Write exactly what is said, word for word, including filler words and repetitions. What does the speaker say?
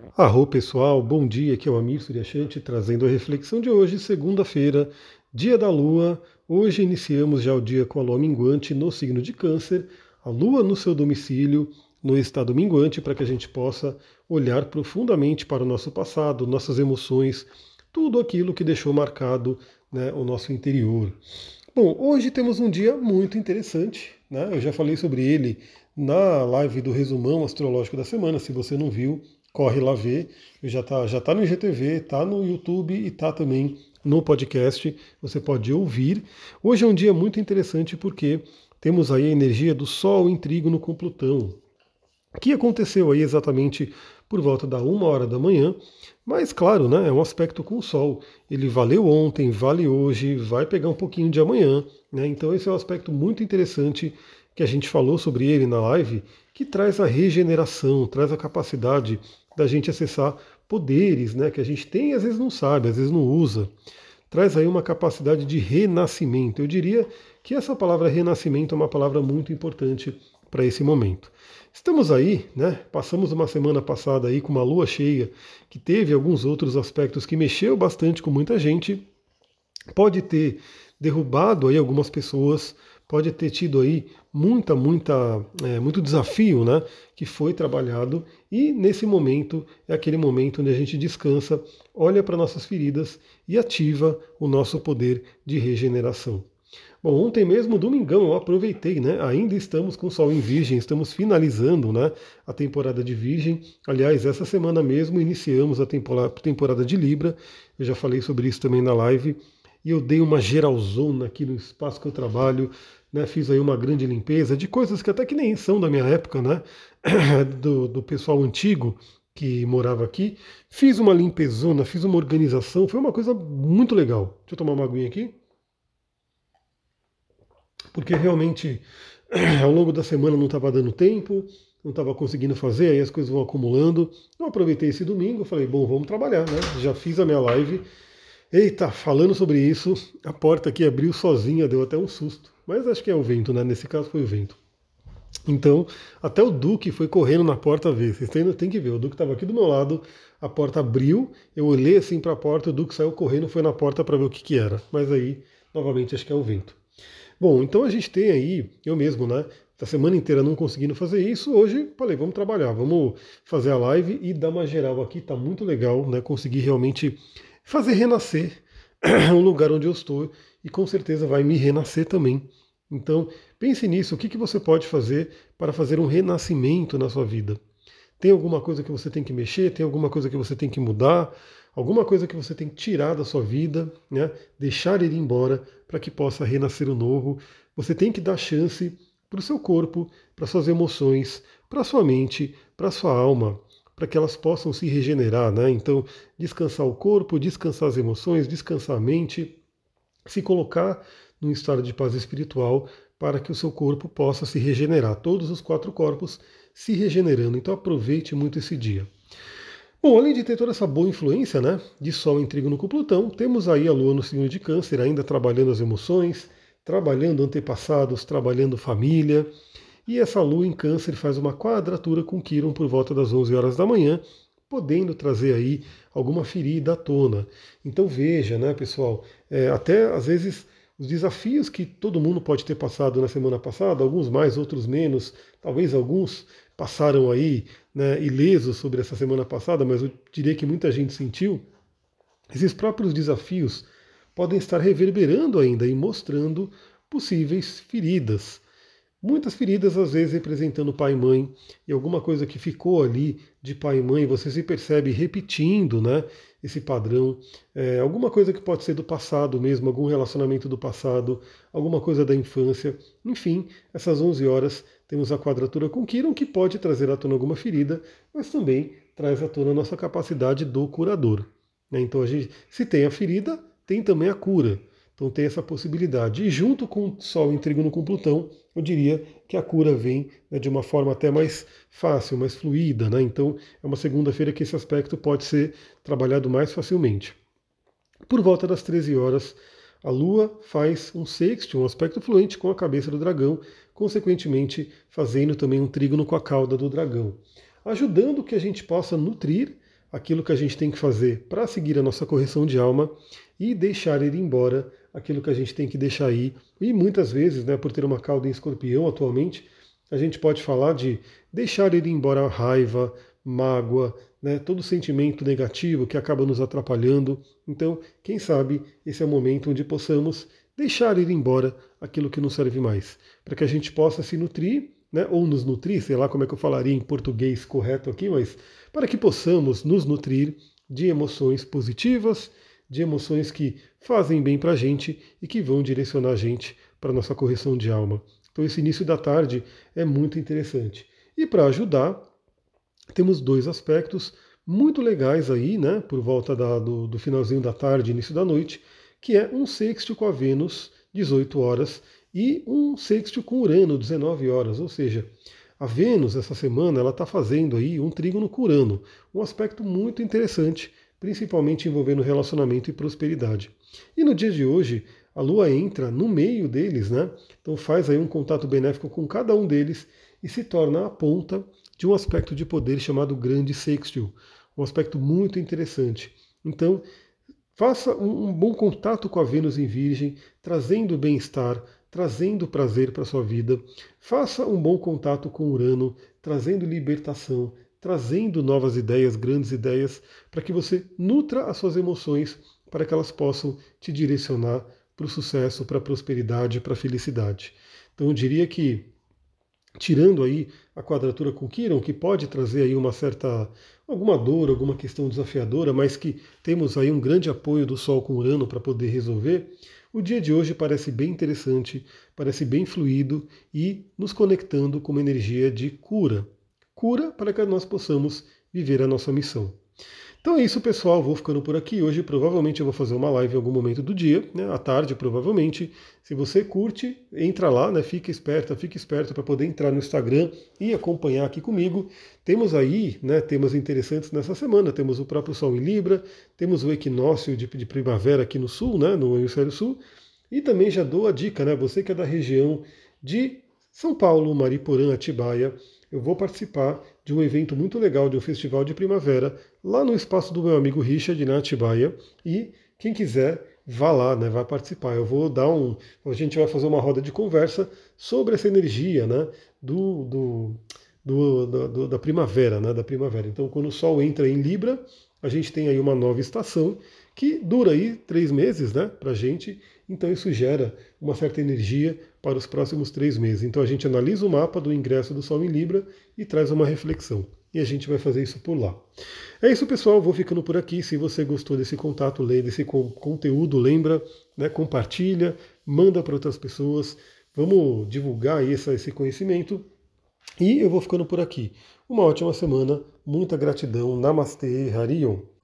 Arro pessoal, bom dia, aqui é o Amir Suryashanti trazendo a reflexão de hoje, segunda-feira, dia da Lua. Hoje iniciamos já o dia com a Lua minguante no signo de Câncer, a Lua no seu domicílio, no estado minguante, para que a gente possa olhar profundamente para o nosso passado, nossas emoções, tudo aquilo que deixou marcado, né, o nosso interior. Bom, hoje temos um dia muito interessante, né? Eu já falei sobre ele na live do resumão astrológico da semana. Se você não viu, corre lá ver. Já está já tá no I G T V, está no YouTube e está também no podcast. Você pode ouvir. Hoje é um dia muito interessante porque temos aí a energia do Sol em trígono com Plutão, que aconteceu aí exatamente por volta da uma hora da manhã, mas claro, né, é um aspecto com o Sol. Ele valeu ontem, vale hoje, vai pegar um pouquinho de amanhã, né? Então esse é um aspecto muito interessante que a gente falou sobre ele na live, que traz a regeneração, traz a capacidade da gente acessar poderes, né, que a gente tem e às vezes não sabe, às vezes não usa. Traz aí uma capacidade de renascimento. Eu diria que essa palavra renascimento é uma palavra muito importante para esse momento. Estamos aí, né? Passamos uma semana passada aí com uma lua cheia que teve alguns outros aspectos que mexeu bastante com muita gente. Pode ter derrubado aí algumas pessoas, pode ter tido aí muita, muita, é, muito desafio, né? Que foi trabalhado e nesse momento é aquele momento onde a gente descansa, olha para nossas feridas e ativa o nosso poder de regeneração. Bom, ontem mesmo, domingão, eu aproveitei, né? Ainda estamos com Sol em Virgem, estamos finalizando, né, a temporada de Virgem. Aliás, essa semana mesmo iniciamos a temporada de Libra. Eu já falei sobre isso também na live. E eu dei uma geralzona aqui no espaço que eu trabalho, né? Fiz aí uma grande limpeza de coisas que até que nem são da minha época, né? Do, do pessoal antigo que morava aqui. Fiz uma limpezona, fiz uma organização, foi uma coisa muito legal. Deixa eu tomar uma aguinha aqui. Porque realmente ao longo da semana não estava dando tempo, não estava conseguindo fazer, aí as coisas vão acumulando. Eu aproveitei esse domingo, falei, bom, vamos trabalhar, né? Já fiz a minha live. Eita, falando sobre isso, a porta aqui abriu sozinha, deu até um susto. Mas acho que é o vento, né? Nesse caso foi o vento. Então, até o Duque foi correndo na porta ver. Vocês têm, têm que ver, o Duque estava aqui do meu lado, a porta abriu, eu olhei assim para a porta, o Duque saiu correndo, foi na porta para ver o que, que era. Mas aí, novamente, acho que é o vento. Bom, então a gente tem aí, eu mesmo, né? A semana inteira não conseguindo fazer isso, hoje falei, vamos trabalhar, vamos fazer a live e dar uma geral aqui, tá muito legal, né? Conseguir realmente fazer renascer um lugar onde eu estou e com certeza vai me renascer também. Então, pense nisso, o que, que você pode fazer para fazer um renascimento na sua vida? Tem alguma coisa que você tem que mexer? Tem alguma coisa que você tem que mudar? Alguma coisa que você tem que tirar da sua vida, né? Deixar ir embora para que possa renascer o novo. Você tem que dar chance para o seu corpo, para suas emoções, para sua mente, para sua alma, para que elas possam se regenerar, né? Então, descansar o corpo, descansar as emoções, descansar a mente, se colocar num estado de paz espiritual para que o seu corpo possa se regenerar. Todos os quatro corpos se regenerando. Então aproveite muito esse dia. Bom, além de ter toda essa boa influência, né, de Sol em trígono com Plutão, temos aí a Lua no signo de Câncer, ainda trabalhando as emoções, trabalhando antepassados, trabalhando família. E essa Lua em Câncer faz uma quadratura com Quirón por volta das onze horas da manhã, podendo trazer aí alguma ferida à tona. Então veja, né, pessoal, é, até às vezes os desafios que todo mundo pode ter passado na semana passada, alguns mais, outros menos, talvez alguns passaram aí, né, ilesos sobre essa semana passada, mas eu diria que muita gente sentiu. Esses próprios desafios podem estar reverberando ainda e mostrando possíveis feridas. Muitas feridas, às vezes, representando pai e mãe, e alguma coisa que ficou ali de pai e mãe, você se percebe repetindo, né, esse padrão. É, alguma coisa que pode ser do passado mesmo, algum relacionamento do passado, alguma coisa da infância. Enfim, essas onze horas temos a quadratura com Quirón, que pode trazer à tona alguma ferida, mas também traz à tona a nossa capacidade do curador. Né? Então, a gente, se tem a ferida, tem também a cura. Então tem essa possibilidade. E junto com o Sol em trígono com Plutão, eu diria que a cura vem, né, de uma forma até mais fácil, mais fluida. Né? Então é uma segunda-feira que esse aspecto pode ser trabalhado mais facilmente. Por volta das treze horas, a Lua faz um sexto, um aspecto fluente com a cabeça do dragão, consequentemente fazendo também um trígono com a cauda do dragão, ajudando que a gente possa nutrir aquilo que a gente tem que fazer para seguir a nossa correção de alma e deixar ir embora aquilo que a gente tem que deixar ir. E muitas vezes, né, por ter uma cauda em escorpião atualmente, a gente pode falar de deixar ir embora a raiva, mágoa, né, todo sentimento negativo que acaba nos atrapalhando. Então, quem sabe esse é o momento onde possamos deixar ir embora aquilo que não serve mais, para que a gente possa se nutrir, né, ou nos nutrir, sei lá como é que eu falaria em português correto aqui, mas para que possamos nos nutrir de emoções positivas, de emoções que fazem bem para a gente e que vão direcionar a gente para a nossa correção de alma. Então esse início da tarde é muito interessante. E para ajudar, temos dois aspectos muito legais aí, né, por volta da, do, do finalzinho da tarde, início da noite, que é um sextil com a Vênus, dezoito horas, e um sextil com Urano, dezenove horas, ou seja, a Vênus essa semana ela está fazendo aí um trígono com Urano, um aspecto muito interessante, principalmente envolvendo relacionamento e prosperidade. E no dia de hoje, a Lua entra no meio deles, né? Então faz aí um contato benéfico com cada um deles e se torna a ponta de um aspecto de poder chamado Grande Sextil, um aspecto muito interessante. Então, faça um, um bom contato com a Vênus em Virgem, trazendo bem-estar, trazendo prazer para a sua vida. Faça um bom contato com Urano, trazendo libertação, trazendo novas ideias, grandes ideias, para que você nutra as suas emoções, para que elas possam te direcionar para o sucesso, para a prosperidade, para a felicidade. Então eu diria que, tirando aí a quadratura com Quirón, que pode trazer aí uma certa, alguma dor, alguma questão desafiadora, mas que temos aí um grande apoio do Sol com Urano para poder resolver, o dia de hoje parece bem interessante, parece bem fluido e nos conectando com uma energia de cura. Cura para que nós possamos viver a nossa missão. Então é isso, pessoal. Vou ficando por aqui. Hoje provavelmente eu vou fazer uma live em algum momento do dia, né, à tarde provavelmente. Se você curte, entra lá, né, fica esperta, fica esperto para poder entrar no Instagram e acompanhar aqui comigo. Temos aí, né, temas interessantes nessa semana. Temos o próprio Sol em Libra, temos o equinócio de, de primavera aqui no sul, né, no hemisfério sul. E também já dou a dica, né, você que é da região de São Paulo, Mariporã, Atibaia, eu vou participar de um evento muito legal, de um festival de primavera, lá no espaço do meu amigo Richard, na Atibaia, e quem quiser, vá lá, né, vai participar. Eu vou dar um... A gente vai fazer uma roda de conversa sobre essa energia, né, do, do, do, do, do da primavera, né, da primavera. Então, quando o Sol entra em Libra, a gente tem aí uma nova estação, que dura aí três meses, né, para a gente. Então isso gera uma certa energia para os próximos três meses. Então a gente analisa o mapa do ingresso do Sol em Libra e traz uma reflexão. E a gente vai fazer isso por lá. É isso, pessoal. Vou ficando por aqui. Se você gostou desse contato, lê desse conteúdo, lembra, né, compartilha, manda para outras pessoas. Vamos divulgar esse, esse conhecimento. E eu vou ficando por aqui. Uma ótima semana. Muita gratidão. Namastê, Harion.